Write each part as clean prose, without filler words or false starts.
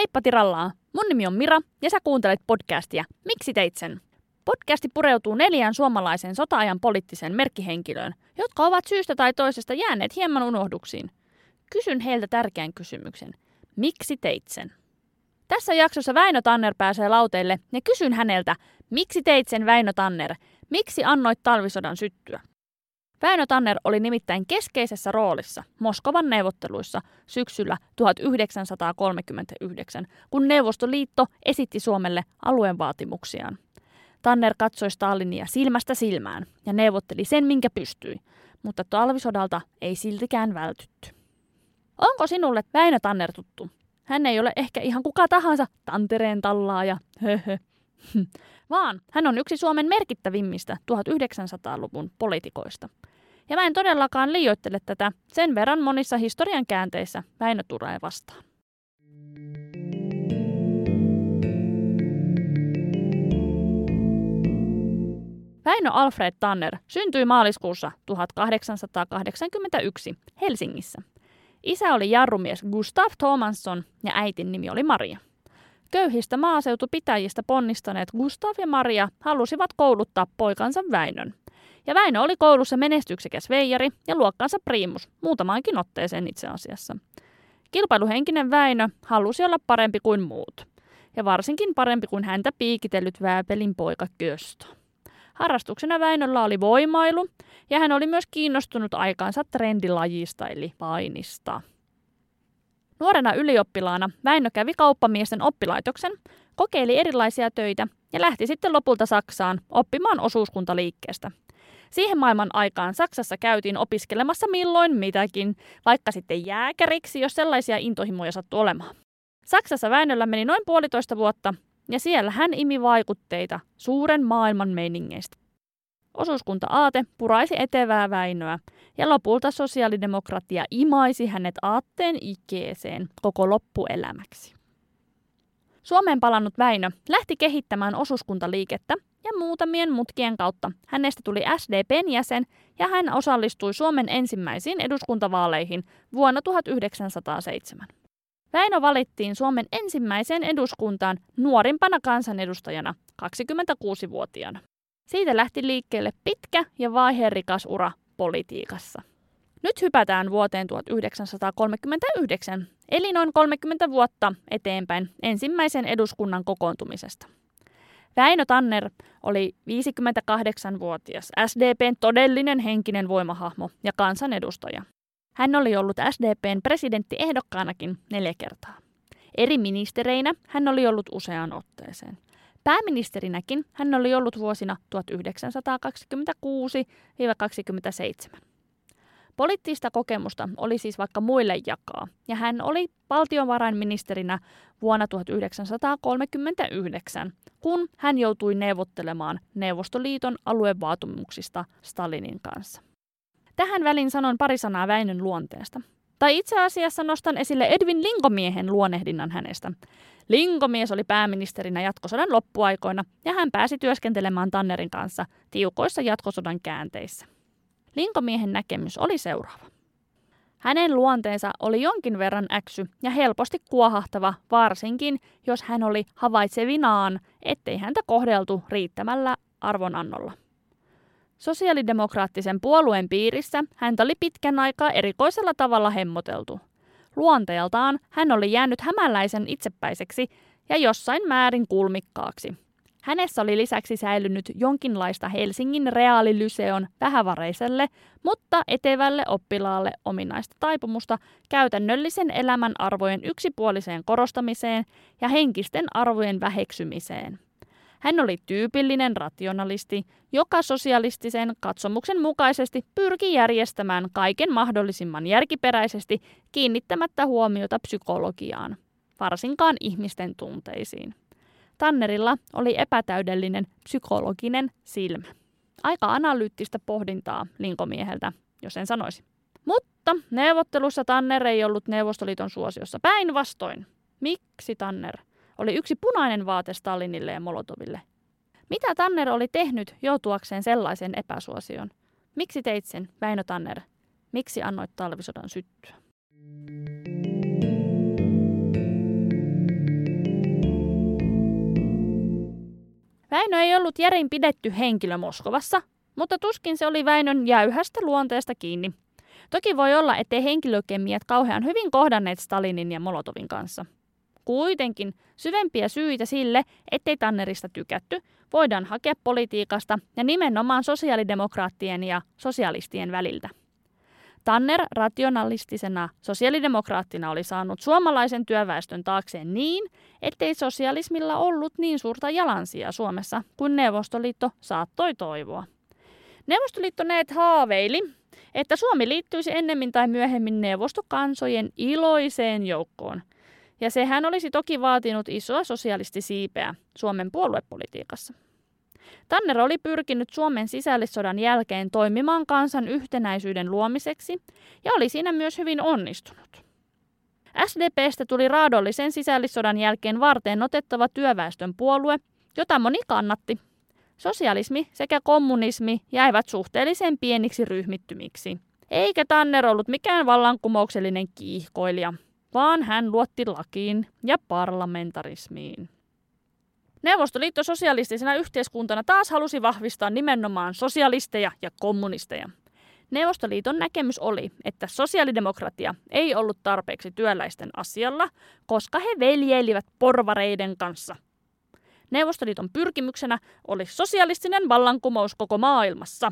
Heippa tirallaa! Mun nimi on Mira ja sä kuuntelet podcastia Miksi teit sen? Podcasti pureutuu 4 suomalaisen sota-ajan poliittiseen merkkihenkilöön, jotka ovat syystä tai toisesta jääneet hieman unohduksiin. Kysyn heiltä tärkeän kysymyksen. Miksi teit sen? Tässä jaksossa Väinö Tanner pääsee lauteille ja kysyn häneltä, miksi teit sen Väinö Tanner? Miksi annoit talvisodan syttyä? Väinö Tanner oli nimittäin keskeisessä roolissa Moskovan neuvotteluissa syksyllä 1939, kun Neuvostoliitto esitti Suomelle alueen vaatimuksiaan. Tanner katsoi Stalinia silmästä silmään ja neuvotteli sen, minkä pystyi, mutta talvisodalta ei siltikään vältytty. Onko sinulle Väinö Tanner tuttu? Hän ei ole ehkä ihan kuka tahansa Tantereen tallaaja, vaan hän on yksi Suomen merkittävimmistä 1900-luvun poliitikoista. Ja mä en todellakaan liioittele tätä, sen verran monissa historian käänteissä Väinö tulee vastaan. Väinö Alfred Tanner syntyi maaliskuussa 1881 Helsingissä. Isä oli jarrumies Gustav Thomansson ja äitin nimi oli Maria. Köyhistä maaseutupitäjistä ponnistaneet Gustav ja Maria halusivat kouluttaa poikansa Väinön. Ja Väinö oli koulussa menestyksekäs veijari ja luokkansa priimus, muutamaankin otteeseen itse asiassa. Kilpailuhenkinen Väinö halusi olla parempi kuin muut. Ja varsinkin parempi kuin häntä piikitellyt Vääpelin poika Köstö. Harrastuksena Väinöllä oli voimailu ja hän oli myös kiinnostunut aikaansa trendilajista eli painista. Nuorena ylioppilaana Väinö kävi kauppamiesten oppilaitoksen, kokeili erilaisia töitä ja lähti sitten lopulta Saksaan oppimaan osuuskuntaliikkeestä. Siihen maailman aikaan Saksassa käytiin opiskelemassa milloin mitäkin, vaikka sitten jääkäriksi, jos sellaisia intohimoja sattui olemaan. Saksassa Väinöllä meni noin 1,5 vuotta ja siellä hän imi vaikutteita suuren maailman meiningeistä. Osuuskunta-aate puraisi etevää Väinöä ja lopulta sosiaalidemokratia imaisi hänet aatteen ikeeseen koko loppuelämäksi. Suomeen palannut Väinö lähti kehittämään osuuskuntaliikettä ja muutamien mutkien kautta hänestä tuli SDP:n jäsen ja hän osallistui Suomen ensimmäisiin eduskuntavaaleihin vuonna 1907. Väinö valittiin Suomen ensimmäiseen eduskuntaan nuorimpana kansanedustajana 26-vuotiaana. Siitä lähti liikkeelle pitkä ja vaiheerikas ura politiikassa. Nyt hypätään vuoteen 1939, eli noin 30 vuotta eteenpäin ensimmäisen eduskunnan kokoontumisesta. Väinö Tanner oli 58-vuotias SDP:n todellinen henkinen voimahahmo ja kansanedustaja. Hän oli ollut SDP:n presidenttiehdokkaanakin 4 kertaa. Eri ministereinä hän oli ollut useaan otteeseen. Pääministerinäkin hän oli ollut vuosina 1926–27. Poliittista kokemusta oli siis vaikka muille jakaa, ja hän oli valtiovarainministerinä vuonna 1939, kun hän joutui neuvottelemaan Neuvostoliiton aluevaatimuksista Stalinin kanssa. Tähän väliin sanon pari sanaa Väinön luonteesta. Tai itse asiassa nostan esille Edwin Linkomiehen luonnehdinnan hänestä. Linkomies oli pääministerinä jatkosodan loppuaikoina ja hän pääsi työskentelemään Tannerin kanssa tiukoissa jatkosodan käänteissä. Linkomiehen näkemys oli seuraava. Hänen luonteensa oli jonkin verran äksy ja helposti kuohahtava, varsinkin jos hän oli havaitsevinaan, ettei häntä kohdeltu riittämällä arvonannolla. Sosiaalidemokraattisen puolueen piirissä häntä oli pitkän aikaa erikoisella tavalla hemmoteltu. Luonteeltaan hän oli jäänyt hämäläisen itsepäiseksi ja jossain määrin kulmikkaaksi. Hänessä oli lisäksi säilynyt jonkinlaista Helsingin reaalilyseon vähävareiselle, mutta etevälle oppilaalle ominaista taipumusta käytännöllisen elämän arvojen yksipuoliseen korostamiseen ja henkisten arvojen väheksymiseen. Hän oli tyypillinen rationalisti, joka sosialistisen katsomuksen mukaisesti pyrki järjestämään kaiken mahdollisimman järkiperäisesti kiinnittämättä huomiota psykologiaan, varsinkaan ihmisten tunteisiin. Tannerilla oli epätäydellinen psykologinen silmä. Aika analyyttistä pohdintaa Linkomieheltä, jos en sanoisi. Mutta neuvottelussa Tanner ei ollut Neuvostoliiton suosiossa, päinvastoin. Miksi Tanner oli yksi punainen vaate Stalinille ja Molotoville? Mitä Tanner oli tehnyt joutuakseen sellaisen epäsuosioon? Miksi teit sen, Väinö Tanner? Miksi annoit talvisodan syttyä? Väinö ei ollut järin pidetty henkilö Moskovassa, mutta tuskin se oli Väinön jäyhästä luonteesta kiinni. Toki voi olla, ettei henkilökemiat kauhean hyvin kohdanneet Stalinin ja Molotovin kanssa. Kuitenkin syvempiä syitä sille, ettei Tannerista tykätty, voidaan hakea politiikasta ja nimenomaan sosiaalidemokraattien ja sosialistien väliltä. Tanner rationalistisena sosiaalidemokraattina oli saanut suomalaisen työväestön taakseen niin, ettei sosialismilla ollut niin suurta jalansijaa Suomessa kuin Neuvostoliitto saattoi toivoa. Neuvostoliittoneet haaveili, että Suomi liittyisi ennemmin tai myöhemmin neuvostokansojen iloiseen joukkoon. Ja sehän olisi toki vaatinut isoa sosialistisiipeä Suomen puoluepolitiikassa. Tanner oli pyrkinyt Suomen sisällissodan jälkeen toimimaan kansan yhtenäisyyden luomiseksi ja oli siinä myös hyvin onnistunut. SDP:stä tuli raadollisen sisällissodan jälkeen varteen otettava työväestön puolue, jota moni kannatti. Sosialismi sekä kommunismi jäivät suhteellisen pieniksi ryhmittymiksi. Eikä Tanner ollut mikään vallankumouksellinen kiihkoilija, vaan hän luotti lakiin ja parlamentarismiin. Neuvostoliitto sosialistisena yhteiskuntana taas halusi vahvistaa nimenomaan sosialisteja ja kommunisteja. Neuvostoliiton näkemys oli, että sosiaalidemokratia ei ollut tarpeeksi työläisten asialla, koska he veljeilivät porvareiden kanssa. Neuvostoliiton pyrkimyksenä oli sosialistinen vallankumous koko maailmassa.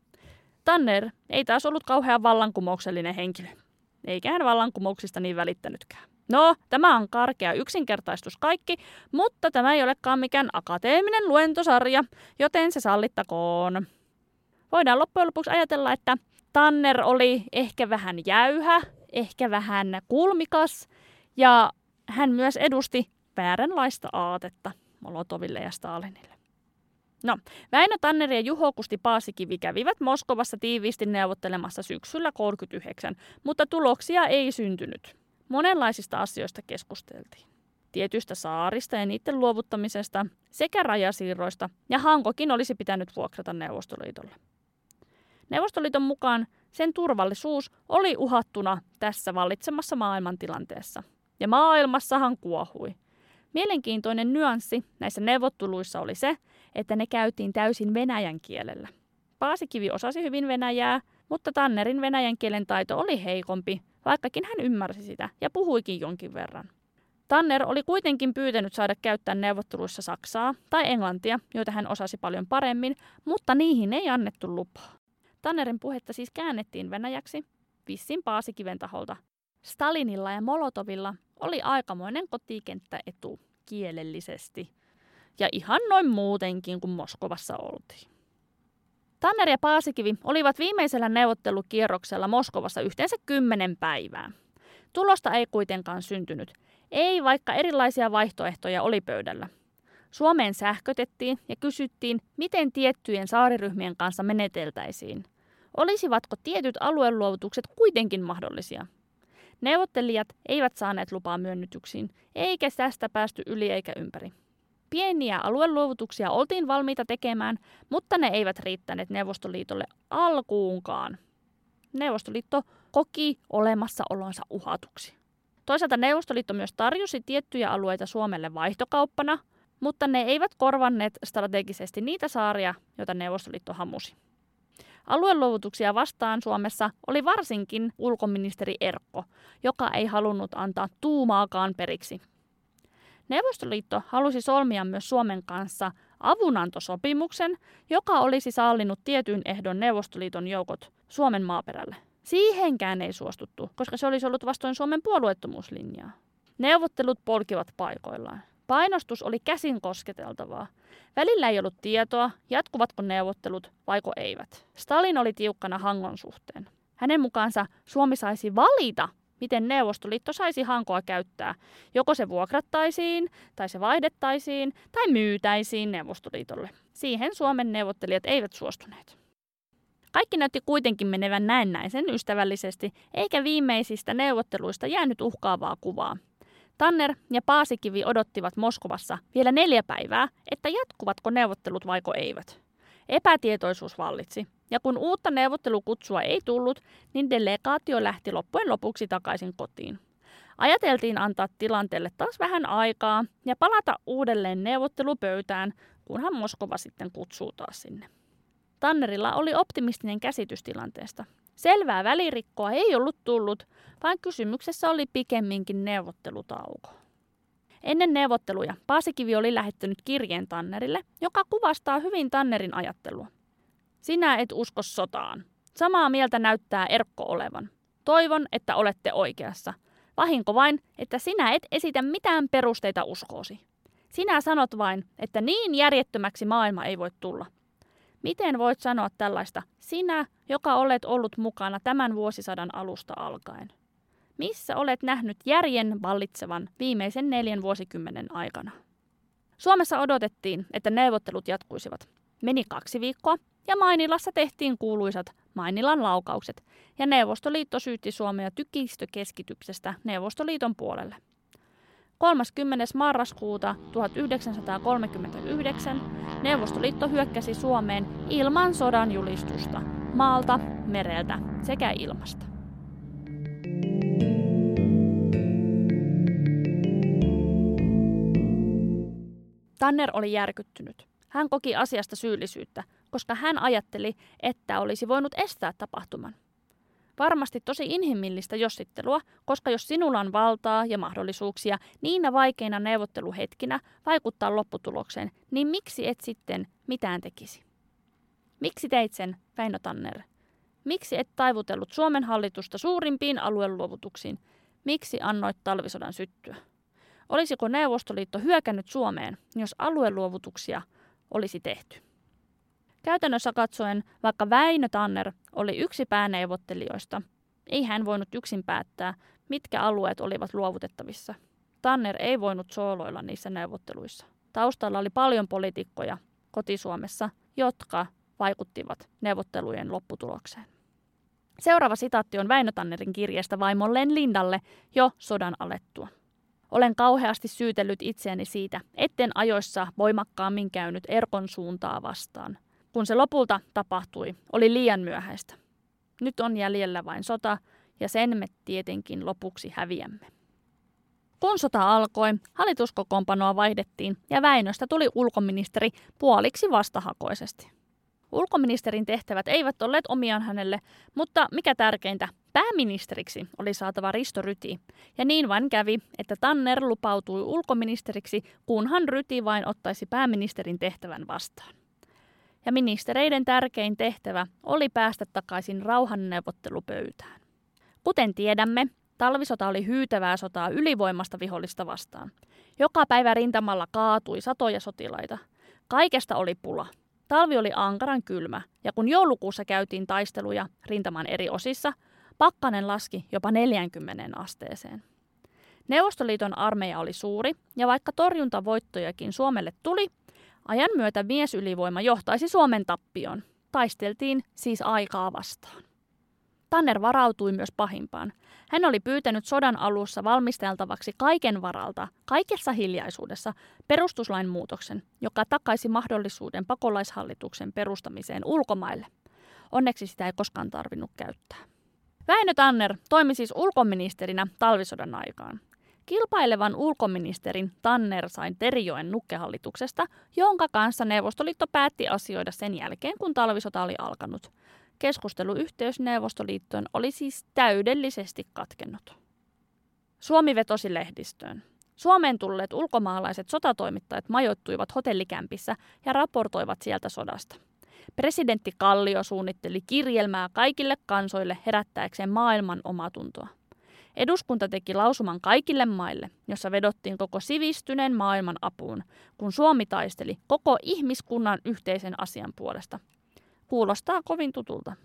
Tanner ei taas ollut kauhean vallankumouksellinen henkilö, eikä hän vallankumouksista niin välittänytkään. No, tämä on karkea yksinkertaistus kaikki, mutta tämä ei olekaan mikään akateeminen luentosarja, joten se sallittakoon. Voidaan loppujen lopuksi ajatella, että Tanner oli ehkä vähän jäyhä, ehkä vähän kulmikas ja hän myös edusti vääränlaista aatetta Molotoville ja Stalinille. No, Väinö Tanner ja Juho Kusti Paasikivi kävivät Moskovassa tiiviisti neuvottelemassa syksyllä 1939, mutta tuloksia ei syntynyt. Monenlaisista asioista keskusteltiin. Tietyistä saarista ja niiden luovuttamisesta sekä rajasiirroista, ja Hankokin olisi pitänyt vuokrata Neuvostoliitolle. Neuvostoliiton mukaan sen turvallisuus oli uhattuna tässä vallitsemassa maailmantilanteessa, ja maailmassahan kuohui. Mielenkiintoinen nyanssi näissä neuvotteluissa oli se, että ne käytiin täysin venäjän kielellä. Paasikivi osasi hyvin venäjää, mutta Tannerin venäjän kielen taito oli heikompi, vaikkakin hän ymmärsi sitä ja puhuikin jonkin verran. Tanner oli kuitenkin pyytänyt saada käyttää neuvotteluissa saksaa tai englantia, joita hän osasi paljon paremmin, mutta niihin ei annettu lupaa. Tannerin puhetta siis käännettiin venäjäksi, vissin Paasikiven taholta. Stalinilla ja Molotovilla oli aikamoinen kotikenttäetu kielellisesti. Ja ihan noin muutenkin, kun Moskovassa oltiin. Tanner ja Paasikivi olivat viimeisellä neuvottelukierroksella Moskovassa yhteensä 10 päivää. Tulosta ei kuitenkaan syntynyt. Ei, vaikka erilaisia vaihtoehtoja oli pöydällä. Suomeen sähkötettiin ja kysyttiin, miten tiettyjen saariryhmien kanssa meneteltäisiin. Olisivatko tietyt alueluovutukset kuitenkin mahdollisia? Neuvottelijat eivät saaneet lupaa myönnytyksiin, eikä tästä päästy yli eikä ympäri. Pieniä alueluovutuksia oltiin valmiita tekemään, mutta ne eivät riittäneet Neuvostoliitolle alkuunkaan. Neuvostoliitto koki olemassaolonsa uhatuksi. Toisaalta Neuvostoliitto myös tarjosi tiettyjä alueita Suomelle vaihtokauppana, mutta ne eivät korvanneet strategisesti niitä saaria, joita Neuvostoliitto hamusi. Alueluovutuksia vastaan Suomessa oli varsinkin ulkoministeri Erkko, joka ei halunnut antaa tuumaakaan periksi. Neuvostoliitto halusi solmia myös Suomen kanssa avunantosopimuksen, joka olisi sallinut tietyn ehdon Neuvostoliiton joukot Suomen maaperälle. Siihenkään ei suostuttu, koska se olisi ollut vastoin Suomen puolueettomuuslinjaa. Neuvottelut polkivat paikoillaan. Painostus oli käsin kosketeltavaa. Välillä ei ollut tietoa, jatkuvatko neuvottelut vaiko eivät. Stalin oli tiukkana Hangon suhteen. Hänen mukaansa Suomi saisi valita, miten Neuvostoliitto saisi Hankoa käyttää. Joko se vuokrattaisiin, tai se vaihdettaisiin, tai myytäisiin Neuvostoliitolle. Siihen Suomen neuvottelijat eivät suostuneet. Kaikki näytti kuitenkin menevän näennäisen ystävällisesti, eikä viimeisistä neuvotteluista jäänyt uhkaavaa kuvaa. Tanner ja Paasikivi odottivat Moskovassa vielä 4 päivää, että jatkuvatko neuvottelut vaiko eivät. Epätietoisuus vallitsi, ja kun uutta neuvottelukutsua ei tullut, niin delegaatio lähti loppujen lopuksi takaisin kotiin. Ajateltiin antaa tilanteelle taas vähän aikaa ja palata uudelleen neuvottelupöytään kunhan Moskova sitten kutsuu taas sinne. Tannerilla oli optimistinen käsitys tilanteesta. Selvää välirikkoa ei ollut tullut, vaan kysymyksessä oli pikemminkin neuvottelutauko. Ennen neuvotteluja Paasikivi oli lähettänyt kirjeen Tannerille, joka kuvastaa hyvin Tannerin ajattelua. Sinä et usko sotaan. Samaa mieltä näyttää Erkko olevan. Toivon, että olette oikeassa. Vahinko vain, että sinä et esitä mitään perusteita uskoosi. Sinä sanot vain, että niin järjettömäksi maailma ei voi tulla. Miten voit sanoa tällaista, sinä, joka olet ollut mukana tämän vuosisadan alusta alkaen? Missä olet nähnyt järjen vallitsevan viimeisen 4 vuosikymmenen aikana? Suomessa odotettiin, että neuvottelut jatkuisivat. Meni 2 viikkoa ja Mainilassa tehtiin kuuluisat Mainilan laukaukset ja Neuvostoliitto syytti Suomea tykistökeskityksestä Neuvostoliiton puolelle. 30. marraskuuta 1939 Neuvostoliitto hyökkäsi Suomeen ilman sodan julistusta, maalta, mereltä sekä ilmasta. Tanner oli järkyttynyt. Hän koki asiasta syyllisyyttä, koska hän ajatteli, että olisi voinut estää tapahtuman. Varmasti tosi inhimillistä jossittelua, koska jos sinulla on valtaa ja mahdollisuuksia niinä vaikeina neuvotteluhetkinä vaikuttaa lopputulokseen, niin miksi et sitten mitään tekisi? Miksi teit sen, Väinö Tanner? Miksi et taivutellut Suomen hallitusta suurimpiin alueluovutuksiin? Miksi annoit talvisodan syttyä? Olisiko Neuvostoliitto hyökännyt Suomeen, jos alueluovutuksia olisi tehty? Käytännössä katsoen, vaikka Väinö Tanner oli yksi pääneuvottelijoista, ei hän voinut yksin päättää, mitkä alueet olivat luovutettavissa. Tanner ei voinut sooloilla niissä neuvotteluissa. Taustalla oli paljon poliitikkoja koti-Suomessa, jotka vaikuttivat neuvottelujen lopputulokseen. Seuraava sitaatti on Väinö Tannerin kirjeestä vaimolleen Lindalle jo sodan alettua. Olen kauheasti syytellyt itseäni siitä, etten ajoissa voimakkaammin käynyt Erkon suuntaa vastaan. Kun se lopulta tapahtui, oli liian myöhäistä. Nyt on jäljellä vain sota, ja sen me tietenkin lopuksi häviämme. Kun sota alkoi, hallituskokoonpanoa vaihdettiin ja Väinöstä tuli ulkoministeri puoliksi vastahakoisesti. Ulkoministerin tehtävät eivät olleet omiaan hänelle, mutta mikä tärkeintä, pääministeriksi oli saatava Risto Ryti, ja niin vain kävi, että Tanner lupautui ulkoministeriksi, kunhan Ryti vain ottaisi pääministerin tehtävän vastaan. Ja ministereiden tärkein tehtävä oli päästä takaisin rauhanneuvottelupöytään. Kuten tiedämme, talvisota oli hyytävää sotaa ylivoimasta vihollista vastaan. Joka päivä rintamalla kaatui satoja sotilaita. Kaikesta oli pula. Talvi oli ankaran kylmä, ja kun joulukuussa käytiin taisteluja rintaman eri osissa, pakkanen laski jopa 40 asteeseen. Neuvostoliiton armeija oli suuri, ja vaikka torjuntavoittojakin Suomelle tuli, ajan myötä miesylivoima johtaisi Suomen tappioon. Taisteltiin siis aikaa vastaan. Tanner varautui myös pahimpaan. Hän oli pyytänyt sodan alussa valmisteltavaksi kaiken varalta, kaikessa hiljaisuudessa, perustuslain muutoksen, joka takaisi mahdollisuuden pakolaishallituksen perustamiseen ulkomaille. Onneksi sitä ei koskaan tarvinnut käyttää. Väinö Tanner toimi siis ulkoministerinä talvisodan aikaan. Kilpailevan ulkoministerin Tanner sai Terijoen nukkehallituksesta, jonka kanssa Neuvostoliitto päätti asioida sen jälkeen, kun talvisota oli alkanut. Keskusteluyhteys Neuvostoliittoon oli siis täydellisesti katkennut. Suomi vetosi lehdistöön. Suomeen tulleet ulkomaalaiset sotatoimittajat majoittuivat hotellikämpissä ja raportoivat sieltä sodasta. Presidentti Kallio suunnitteli kirjelmää kaikille kansoille herättääkseen maailman omatuntoa. Eduskunta teki lausuman kaikille maille, jossa vedottiin koko sivistyneen maailman apuun, kun Suomi taisteli koko ihmiskunnan yhteisen asian puolesta. Kuulostaa kovin tutulta.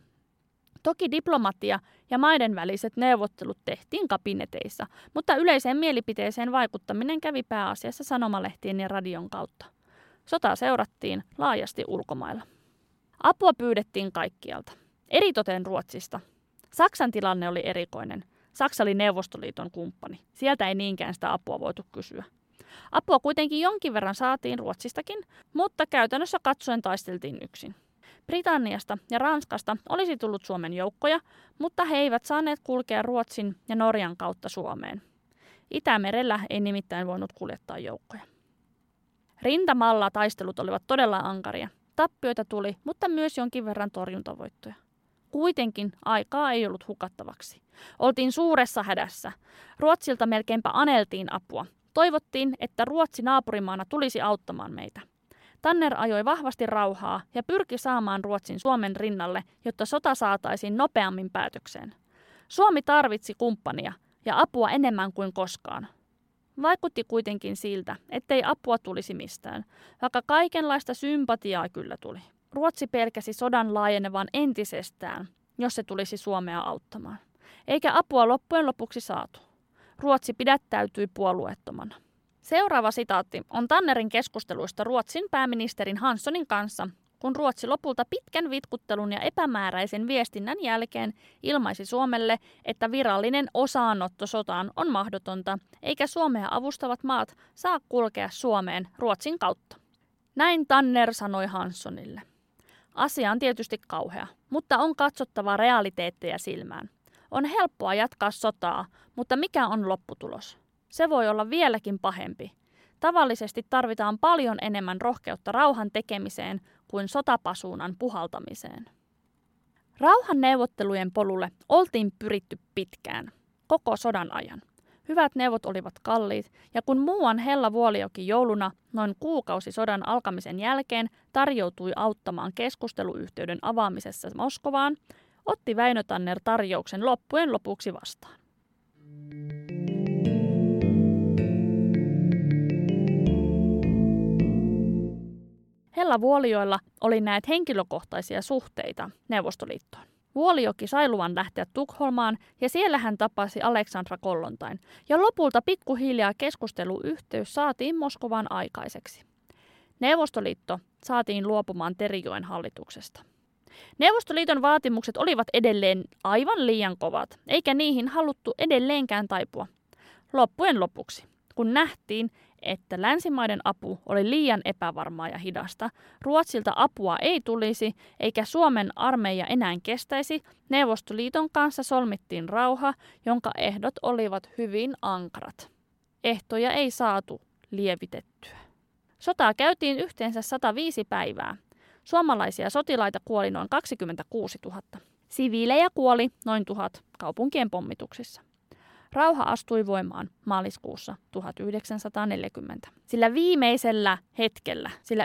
Toki diplomatia ja maiden väliset neuvottelut tehtiin kabineteissa, mutta yleiseen mielipiteeseen vaikuttaminen kävi pääasiassa sanomalehtien ja radion kautta. Sotaa seurattiin laajasti ulkomailla. Apua pyydettiin kaikkialta, eritoten Ruotsista. Saksan tilanne oli erikoinen. Saksa oli Neuvostoliiton kumppani. Sieltä ei niinkään sitä apua voitu kysyä. Apua kuitenkin jonkin verran saatiin Ruotsistakin, mutta käytännössä katsoen taisteltiin yksin. Britanniasta ja Ranskasta olisi tullut Suomen joukkoja, mutta he eivät saaneet kulkea Ruotsin ja Norjan kautta Suomeen. Itämerellä ei nimittäin voinut kuljettaa joukkoja. Rintamalla taistelut olivat todella ankaria. Tappioita tuli, mutta myös jonkin verran torjuntavoittoja. Kuitenkin aikaa ei ollut hukattavaksi. Oltiin suuressa hädässä. Ruotsilta melkeinpä aneltiin apua. Toivottiin, että Ruotsi naapurimaana tulisi auttamaan meitä. Tanner ajoi vahvasti rauhaa ja pyrki saamaan Ruotsin Suomen rinnalle, jotta sota saataisiin nopeammin päätökseen. Suomi tarvitsi kumppania ja apua enemmän kuin koskaan. Vaikutti kuitenkin siltä, ettei apua tulisi mistään, vaikka kaikenlaista sympatiaa kyllä tuli. Ruotsi pelkäsi sodan laajenevan entisestään, jos se tulisi Suomea auttamaan. Eikä apua loppujen lopuksi saatu. Ruotsi pidättäytyi puolueettomana. Seuraava sitaatti on Tannerin keskusteluista Ruotsin pääministerin Hanssonin kanssa, kun Ruotsi lopulta pitkän vitkuttelun ja epämääräisen viestinnän jälkeen ilmaisi Suomelle, että virallinen osaanotto sotaan on mahdotonta, eikä Suomea avustavat maat saa kulkea Suomeen Ruotsin kautta. Näin Tanner sanoi Hanssonille. Asia on tietysti kauhea, mutta on katsottava realiteetteja silmään. On helppoa jatkaa sotaa, mutta mikä on lopputulos? Se voi olla vieläkin pahempi. Tavallisesti tarvitaan paljon enemmän rohkeutta rauhan tekemiseen kuin sotapasuunan puhaltamiseen. Rauhan neuvottelujen polulle oltiin pyritty pitkään, koko sodan ajan. Hyvät neuvot olivat kalliit, ja kun muuan Hella Vuolijoki jouluna noin kuukausi sodan alkamisen jälkeen tarjoutui auttamaan keskusteluyhteyden avaamisessa Moskovaan, otti Väinö Tanner tarjouksen loppujen lopuksi vastaan. Hella Vuolijoella oli näet henkilökohtaisia suhteita Neuvostoliittoon. Vuolijoki sai luvan lähteä Tukholmaan ja siellä hän tapasi Aleksandra Kollontain. Ja lopulta pikkuhiljaa keskusteluyhteys saatiin Moskovaan aikaiseksi. Neuvostoliitto saatiin luopumaan Terijoen hallituksesta. Neuvostoliiton vaatimukset olivat edelleen aivan liian kovat, eikä niihin haluttu edelleenkään taipua. Loppujen lopuksi, kun nähtiin, että länsimaiden apu oli liian epävarmaa ja hidasta, Ruotsilta apua ei tulisi eikä Suomen armeija enää kestäisi, Neuvostoliiton kanssa solmittiin rauha, jonka ehdot olivat hyvin ankarat. Ehtoja ei saatu lievitettyä. Sotaa käytiin yhteensä 105 päivää. Suomalaisia sotilaita kuoli noin 26 000. Siviilejä kuoli noin 1000 kaupunkien pommituksissa. Rauha astui voimaan maaliskuussa 1940. Sillä viimeisellä hetkellä, sillä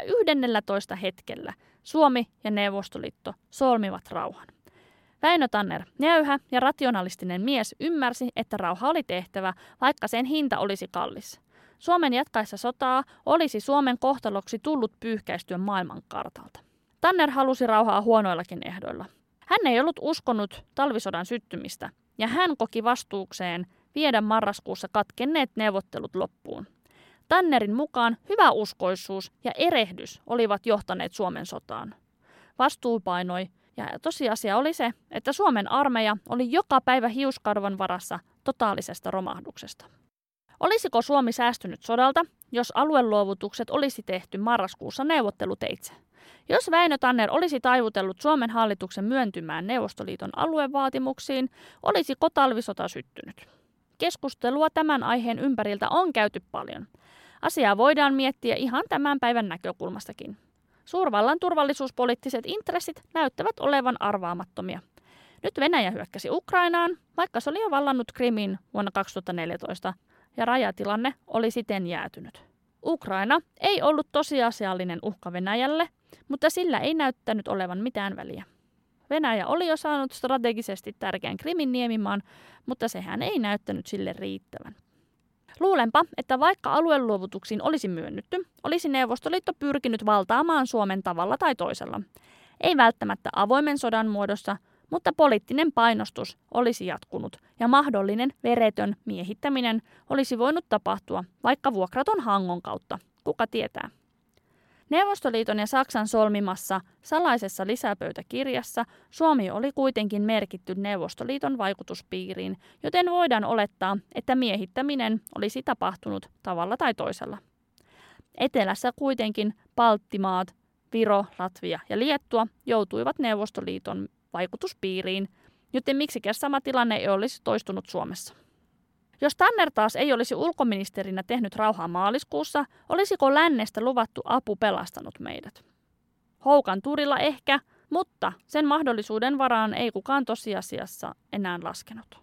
11 hetkellä, Suomi ja Neuvostoliitto solmivat rauhan. Väinö Tanner, jäyhä ja rationalistinen mies, ymmärsi, että rauha oli tehtävä, vaikka sen hinta olisi kallis. Suomen jatkaessa sotaa olisi Suomen kohtaloksi tullut pyyhkäistyä maailmankartalta. Tanner halusi rauhaa huonoillakin ehdoilla. Hän ei ollut uskonut talvisodan syttymistä, ja hän koki vastuukseen viedä marraskuussa katkenneet neuvottelut loppuun. Tannerin mukaan hyväuskoisuus ja erehdys olivat johtaneet Suomen sotaan. Vastuu painoi, ja tosiasia oli se, että Suomen armeija oli joka päivä hiuskarvan varassa totaalisesta romahduksesta. Olisiko Suomi säästynyt sodalta, jos alueluovutukset olisi tehty marraskuussa neuvotteluteitse? Jos Väinö Tanner olisi taivutellut Suomen hallituksen myöntymään Neuvostoliiton aluevaatimuksiin, olisiko talvisota syttynyt? Keskustelua tämän aiheen ympäriltä on käyty paljon. Asiaa voidaan miettiä ihan tämän päivän näkökulmastakin. Suurvallan turvallisuuspoliittiset intressit näyttävät olevan arvaamattomia. Nyt Venäjä hyökkäsi Ukrainaan, vaikka se oli jo vallannut Krimin vuonna 2014, ja rajatilanne oli siten jäätynyt. Ukraina ei ollut tosiasiallinen uhka Venäjälle, mutta sillä ei näyttänyt olevan mitään väliä. Venäjä oli jo saanut strategisesti tärkeän Krimin niemimaan, mutta sehän ei näyttänyt sille riittävän. Luulenpa, että vaikka alueluovutuksiin olisi myönnytty, olisi Neuvostoliitto pyrkinyt valtaamaan Suomen tavalla tai toisella. Ei välttämättä avoimen sodan muodossa, mutta poliittinen painostus olisi jatkunut ja mahdollinen veretön miehittäminen olisi voinut tapahtua vaikka vuokraton Hangon kautta. Kuka tietää? Neuvostoliiton ja Saksan solmimassa salaisessa lisäpöytäkirjassa Suomi oli kuitenkin merkitty Neuvostoliiton vaikutuspiiriin, joten voidaan olettaa, että miehittäminen olisi tapahtunut tavalla tai toisella. Etelässä kuitenkin Baltimaat, Viro, Latvia ja Liettua joutuivat Neuvostoliiton vaikutuspiiriin, joten miksikäs sama tilanne ei olisi toistunut Suomessa. Jos Tanner taas ei olisi ulkoministerinä tehnyt rauhaa maaliskuussa, olisiko lännestä luvattu apu pelastanut meidät? Houkan turilla ehkä, mutta sen mahdollisuuden varaan ei kukaan tosiasiassa enää laskenut.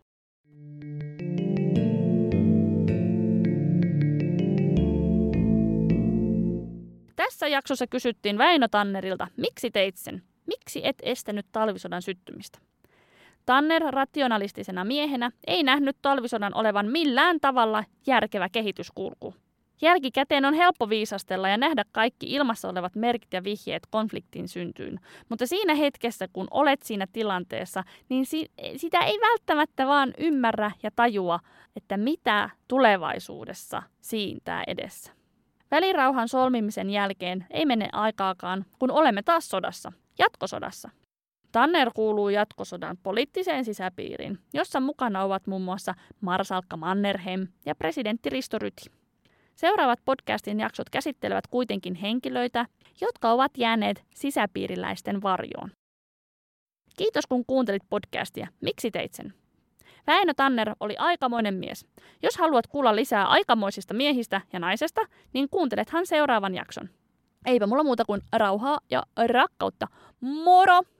Tässä jaksossa kysyttiin Väinö Tannerilta, miksi teit sen? Miksi et estänyt talvisodan syttymistä? Tanner rationalistisena miehenä ei nähnyt talvisodan olevan millään tavalla järkevä kehityskulku. Jälkikäteen on helppo viisastella ja nähdä kaikki ilmassa olevat merkit ja vihjeet konfliktin syntyyn, mutta siinä hetkessä, kun olet siinä tilanteessa, niin sitä ei välttämättä vaan ymmärrä ja tajua, että mitä tulevaisuudessa siintää edessä. Välirauhan solmimisen jälkeen ei mene aikaakaan, kun olemme taas sodassa, jatkosodassa. Tanner kuuluu jatkosodan poliittiseen sisäpiiriin, jossa mukana ovat muun muassa marsalkka Mannerheim ja presidentti Risto Ryti. Seuraavat podcastin jaksot käsittelevät kuitenkin henkilöitä, jotka ovat jääneet sisäpiiriläisten varjoon. Kiitos kun kuuntelit podcastia. Miksi teit sen? Väinö Tanner oli aikamoinen mies. Jos haluat kuulla lisää aikamoisista miehistä ja naisesta, niin kuuntelethan seuraavan jakson. Eipä mulla muuta kuin rauhaa ja rakkautta. Moro!